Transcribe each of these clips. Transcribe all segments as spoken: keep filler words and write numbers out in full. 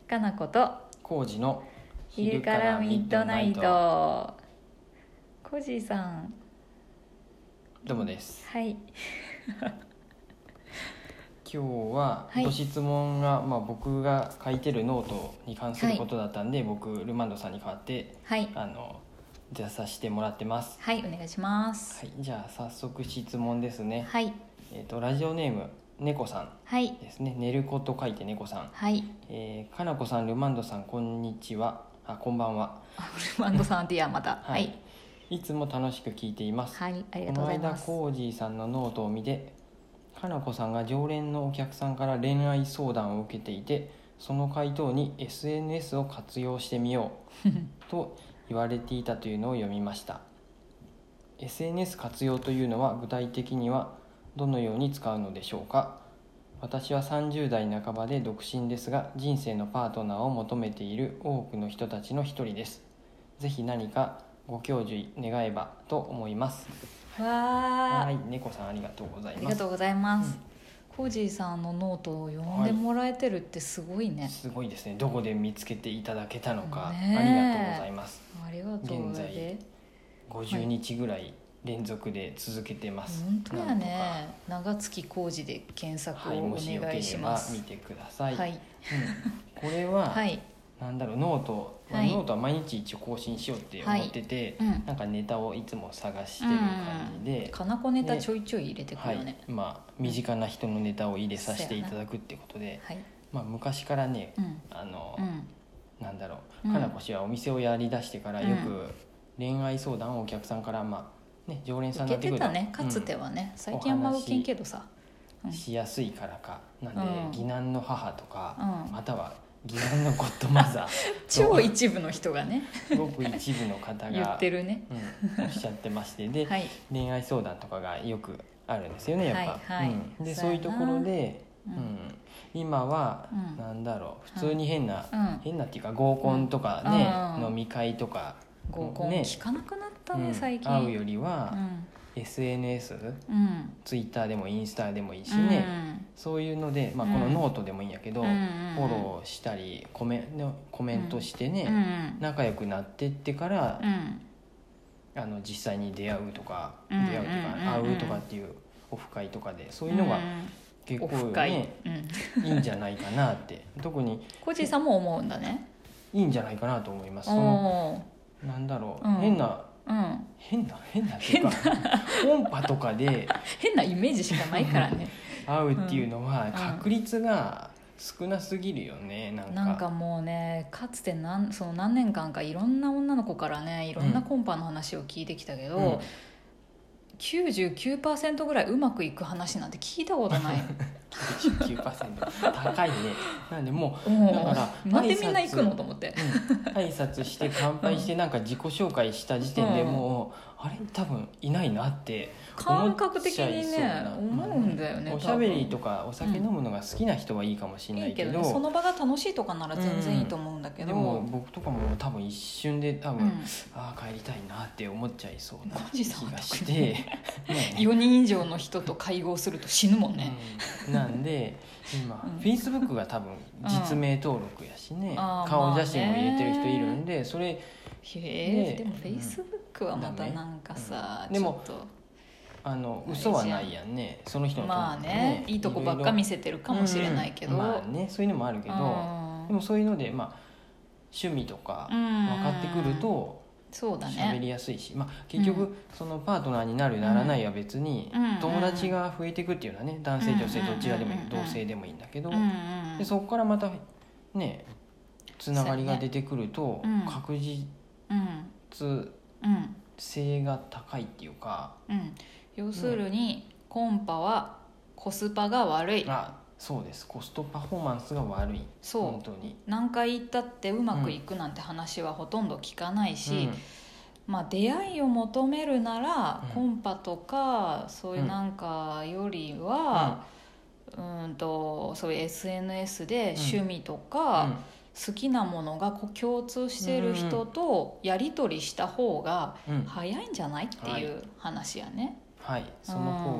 かなことコウジの昼からミッドナイト。コージーさん、 どうもです。 はい今日ははいご質問が、まあ、僕が書いてるノートに関することだったんで、はい、僕ルマンドさんに代わってはいあの出させてもらってます。 はい、お願いします。 はい、じゃあ早速質問ですね。 はい、 えーと、ラジオネーム猫さんはいですね。寝る子と書いて猫さん。 はい。 えー、かなこさん、ルマンドさん、こんにちは。あ、こんばんは。 あ、ルマンドさんではまたはい、いつも楽しく聞いています。 はい、ありがとうございます。 この間コージーさんのノートを見て、かなこさんが常連のお客さんから恋愛相談を受けていて、その回答に エスエヌエス を活用してみようと言われていたというのを読みました。エスエヌエス 活用というのは具体的にはどのように使うのでしょうか。私はさんじゅう代半ばで独身ですが、人生のパートナーを求めている多くの人たちの一人です。ぜひ何かご教授願えばと思います。 わはい、猫さんありがとうございます。 ありがとうございます。コージーさんのノートを読んでもらえてるってすごいね。 はい、すごいですね。どこで見つけていただけたのか、 ね、 ありがとうございます。 ありがとうございます。現在ごじゅうにちぐらい連続で続けてます。 本当やね。長月工事で検索をお願いします。はい、もしよければ見てください。 はい、 うん、これは、はい、なんだろう、ノート、 はい、 ノートは毎日一応更新しようって思ってて、はい、うん、なんかネタをいつも探してる感じで、 うん、かなこネタちょいちょい入れてくるよね。 はい、まあ身近な人のネタを入れさせていただくってことで、はい、まあ、昔からね、うん、あの、うん、なんだろう、かなこ氏はお店をやりだしてからよく恋愛相談をお客さんから、まあね、常連さんになってくると受けてたね、かつてはね、うん、最近あんま受けんけどさ、 うん、しやすいからかなんで、 うん、 義男の母とか、うん、または義男のゴッドマザー超一部の人がねごく一部の方が言ってるね、 うん、おっしゃってましてで、はい、恋愛相談とかがよくあるんですよね、やっぱ、 はいはい、 うん、でそういうところで、うんうん、今は、うん、なんだろう、普通に変な、うん、変なっていうか合コンとかね、うん、飲み会とか合コン聞かなくなったね、うん、最近。 会うよりは、うん、エスエヌエス、うん、ツイッターでもインスタでもいいしね、うん、そういうので、まあ、このノートでもいいんやけど、うん、フォローしたりコメ、コメントしてね、うん、仲良くなってってから、うん、あの実際に出会うとか、うん、出会うとか、会うとかっていうオフ会とかでそういうのが結構ね、うん、いいんじゃないかなって特にコジさんも思うんだね。 いいんじゃないかなと思います。そのなんだろう、うん、変な、うん、変な変なっていうか音波とかで変なイメージしかないからね会うっていうのは確率が少なすぎるよね。なんか、 なんかもうね、かつて何、その何年間かいろんな女の子からねいろんなコンパの話を聞いてきたけど、うん、きゅうじゅうきゅうパーセント ぐらいうまくいく話なんて聞いたことないきゅうじゅうきゅうパーセント 高いね。なんでもうだからなんでみんな行くのと思って、 うん、挨拶して乾杯してなんか自己紹介した時点でもう、うん、あれ多分いないなって感覚的にね思うんだよね。 おしゃべりとかお酒飲むのが好きな人はいいかもしれないけど、うん、いいけどね、 その場が楽しいとかなら全然いいと思うんだけど、 うん、でも僕とかも多分一瞬で多分、うん、ああ帰りたいなって思っちゃいそうな気がしてねよにん以上の人と会合すると死ぬもんね、 うん、なんで今、うん、Facebook が多分実名登録やしね、うん、顔写真を入れてる人いるんで、それへえ、でも Facebook はまたなんかさ、 うん、でもあの嘘はないやんね、その人のまあね、いいとこばっか見せてるかもしれないけど、 うん、まあね、そういうのもあるけど、うん、でもそういうので、まあ、趣味とか分かってくるとそうだね、 喋りやすいし、まあ、結局、うん、そのパートナーになるならないは別に、うん、友達が増えていくっていうのはね、男性女性どちらでもいい、同性でもいいんだけど、でそこからまたねつながりが出てくると、ね、確実性が高いっていうか、 うん、要するに、うん、コンパはコスパが悪い。 あ、そうです、コストパフォーマンスが悪い。 そう、 本当に何回言ったってうまくいくなんて話はほとんど聞かないし、うん、まあ、出会いを求めるなら、うん、コンパとかそういうなんかよりは、うん、うんとそういう エスエヌエス で趣味とか、うん、好きなものが共通している人とやり取りした方が早いんじゃないっていう話やね、 うん、はい、その方が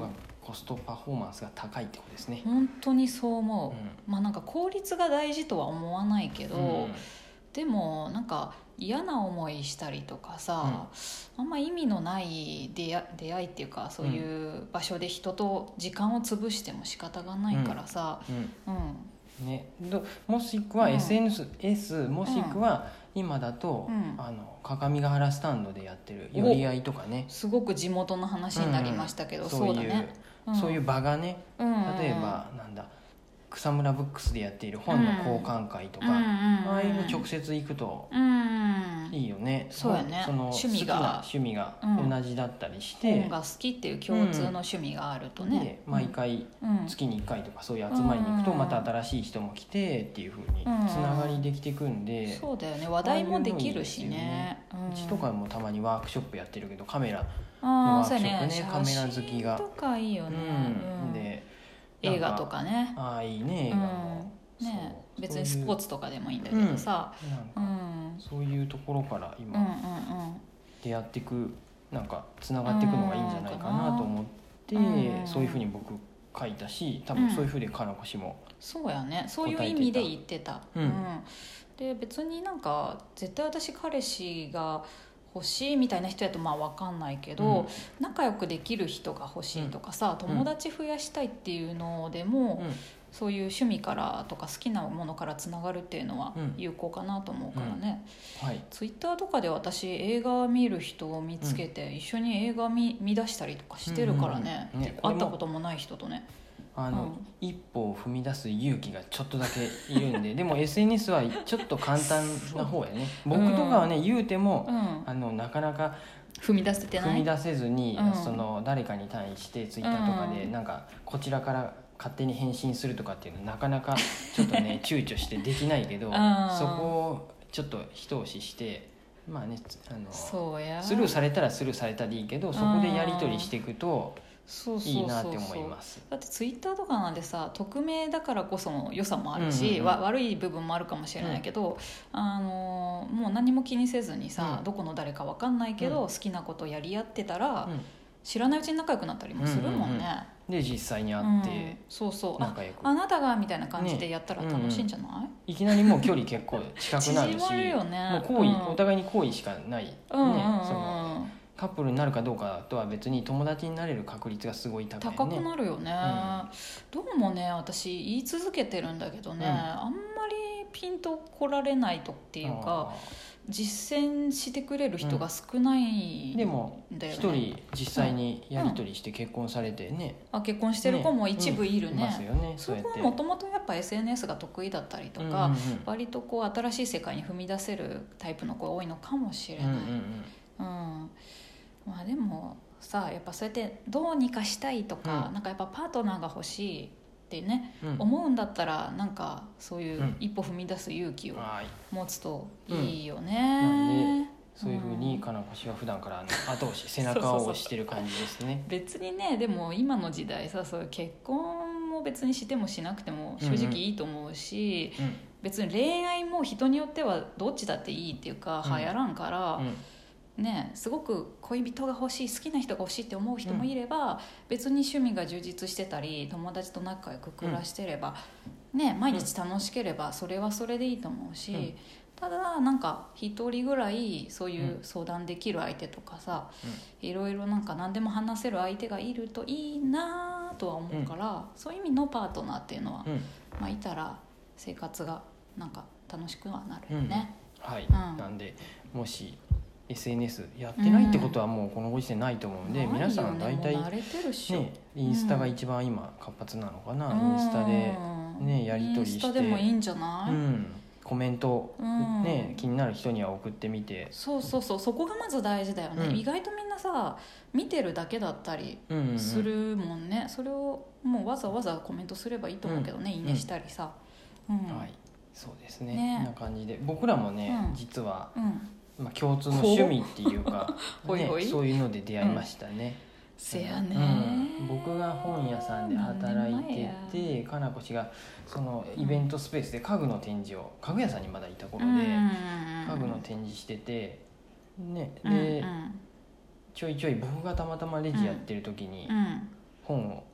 コストパフォーマンスが高いってことですね。 本当にそう思う、 うんまあなんか効率が大事とは思わないけど、 うんでもなんか嫌な思いしたりとかさ、あんま意味のない出会出会いっていうかそういう場所で人と時間を潰しても仕方がないからさ、 うんうんね、どもしくはうんエスエヌエス、もしくは今だと、 うんあの各務原スタンドでやってる寄り合いとかね、 すごく地元の話になりましたけど、 うんそうだね、んそういう場がね、 うん例えばなんだ草むらブックスでやっている本の交換会とか、 うんうんああいうの直接行くとうんいいよね。 そうやねその趣味が好きな趣味が同じだったりして、 本が好きっていう共通の趣味があるとね、 で毎回うん月にいっかいとかそういう集まりに行くとまた新しい人も来てっていう風につながりできていくんで、 そうだよね、話題もできるしね。 うちとかもたまにワークショップやってるけどカメラあワーあそうやね、 クショップね、カメラ好きが写真とかいいよね、 うん、 うんで映画とかね、 ああいいね映画も、 うんね、 そう別にスポーツとかでもいいんだけどさ、 なんかうん、 そういうところからうんうん今出会っていく、なんかつながっていくのがいいんじゃないかなと思って、 うんそういうふうに僕書いたし、多分そういうふうでかなこ氏も、 そうやね、そういう意味で言ってた、 うんで別になんか絶対私彼氏が欲しいみたいな人やとまあ分かんないけど、 うん仲良くできる人が欲しいとかさ、 うん友達増やしたいっていうのでも、 うんそういう趣味からとか好きなものからつながるっていうのはうん有効かなと思うからね、 はいツイッターとかで私映画見る人を見つけて一緒に映画見見出したりとかしてるからね、 うんうんうんね会ったこともない人とね。 あの、 うん一歩を踏み出す勇気がちょっとだけいるんででも エスエヌエス はちょっと簡単な方やね。僕とかはね、言うても、 うん、 あのなかなか踏み出せてない踏み出せずに、 うんその誰かに対してツイッターとかでうんなんかこちらから勝手に返信するとかっていうのはなかなかちょっとね躊躇してできないけど、 んそこをちょっと一押ししてまあねあのそうやスルーされたらスルーされたでいいけど、そこでやり取りしていくとそうそうそうそういいなって思います。 だってツイッターとかなんでさ匿名だからこその良さもあるし、 うんうんうんわ悪い部分もあるかもしれないけど、あのもう何も気にせずにさ、 うんどこの誰か分かんないけど、 うん好きなことやり合ってたら、 うん知らないうちに仲良くなったりもするもんね、 で実際に会うんってそうそうあ仲良く、 あなたがみたいな感じでやったら楽しいんじゃない、 いきなりもう距離結構近くなるし縮まるよねもう好意、 うんお互いに好意しかない、ねうんうんうんそのカップルになるかどうかとは別に友達になれる確率がすごい高いね。 高くなるよね、 うどうもね私言い続けてるんだけどね、 うんあんまりピンと来られないとっていうか実践してくれる人が少ないんだでよね、 も一人実際にやり取りして結婚されてね、 あ結婚してる子も一部いるね、 いますよね。 そそうやってこはもともとやっぱ エスエヌエス が得意だったりとか、 うんうん割とこう新しい世界に踏み出せるタイプの子が多いのかもしれない、 うんうんうんまあでもさやっぱそうやってどうにかしたいとか、 うんなんかやっぱパートナーが欲しいってね、 うんうん思うんだったらなんかそういううん一歩踏み出す勇気をはい持つといいよなんね、 そういうふうにかなこ氏は普段からあの後押し背中を押してる感じですね。 別にねでも今の時代さそういう結婚も別にしてもしなくても正直いいと思うし、 うん別に恋愛も人によってはどっちだっていいっていうか、 うん流行らんから、 うんね、すごく恋人が欲しい好きな人が欲しいって思う人もいれば、別に趣味が充実してたり友達と仲良く暮らしてれば、ね、毎日楽しければそれはそれでいいと思うし、 うんただなんか一人ぐらいそういう相談できる相手とかさ、いろいろなんか何でも話せる相手がいるといいなとは思うから、そういう意味のパートナーっていうのは、 うんうんまあ、いたら生活がなんか楽しくはなるよね。 はい、 うんなんでもし エスエヌエス やってないってことはもうこのご時世ないと思うんで、皆さん大体もう慣れてるっしょ、 ねインスタが一番今活発なのかな、 うんインスタで、ね、やり取りしてインスタでもいいんじゃない、 うん、コメント、 うんね、気になる人には送ってみて、 そうそうそうそこがまず大事だよね、 うん意外とみんなさ見てるだけだったりうんうんうんするもんね、それをもうわざわざコメントすればいいと思うけどね、 うんいいねしたりさ、うんはい、そうですねねこんな感じで僕らもね、 うん実は、 うん、 まあ、共通の趣味っていうか、 ほいほいね、そういうので出会いましたね、 せやね、 うん、僕が本屋さんで働いててかなこ氏がそのイベントスペースで家具の展示を家具屋さんにまだいた頃で、 うん家具の展示してて、ね、で、 うんちょいちょい僕がたまたまレジやってる時にうん本を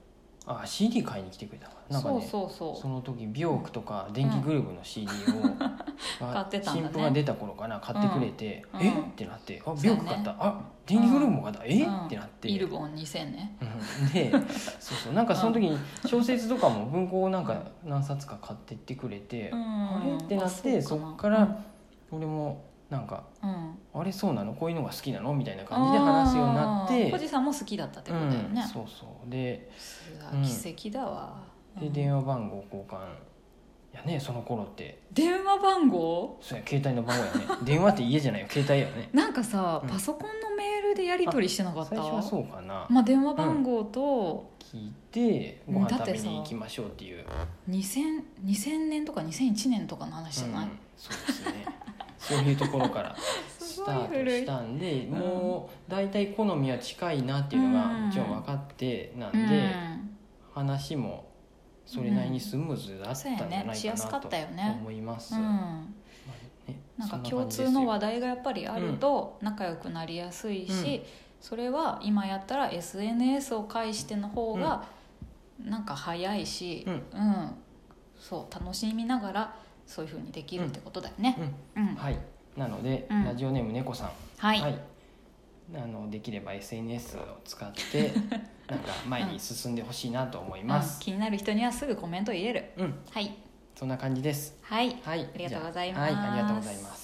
あ シーディー 買いに来てくれたからなんか、ね、 そうそうそうその時ビョークとか電気グルーヴの シーディー を、 買ってたんだね新譜が出た頃かな買ってくれて、 うんえ、 うんってなってあそうねビョーク買った、あ電気グルーヴも買った、え、 うんってなってイルボンにせんねうんでそうそうなんかその時に小説とかも文庫をなんか何冊か買ってってくれて、 うんあれってなってそあそうかなっから俺もなんかうんあれそうなのこういうのが好きなのみたいな感じで話すようになって小路さんも好きだったってことだよね、 うん、そうそうでうわ奇跡だわ、 でうん電話番号交換やねその頃って電話番号そうや携帯の番号やね電話って家じゃないよ携帯やねなんかさ、 うんパソコンのメールでやり取りしてなかった？ 最初はそうかな、 まあ、電話番号と聞いてご飯だってさ食べに行きましょうっていう、 にせん、にせんねんとかにせんいちねんとかの話じゃない、 うん、そうですねそういうところからすスタごい古いートしたんでもう大体好みは近いなっていうのがもちろん分かってなんで、 うん話もそれなりにスムーズだったんじゃないかそうやねしやすかなとったよね思います、 うんまあねなんかそ共通の話題がやっぱりあると仲良くなりやすいし、 うんそれは今やったら エスエヌエス を介しての方がなんか早いし、 うんうんそう楽しみながらそういう風にできるってことだよね。うんうんはいなので、 うんラジオネーム猫さんはい、 はい、あのできれば エスエヌエス を使ってなんか前に進んでほしいなと思いまうんす、 気になる人にはすぐコメント入れる。 うん、 はいそんな感じです。 はい、 はい、 ありがとうございますじゃあはい、ありがとうございます。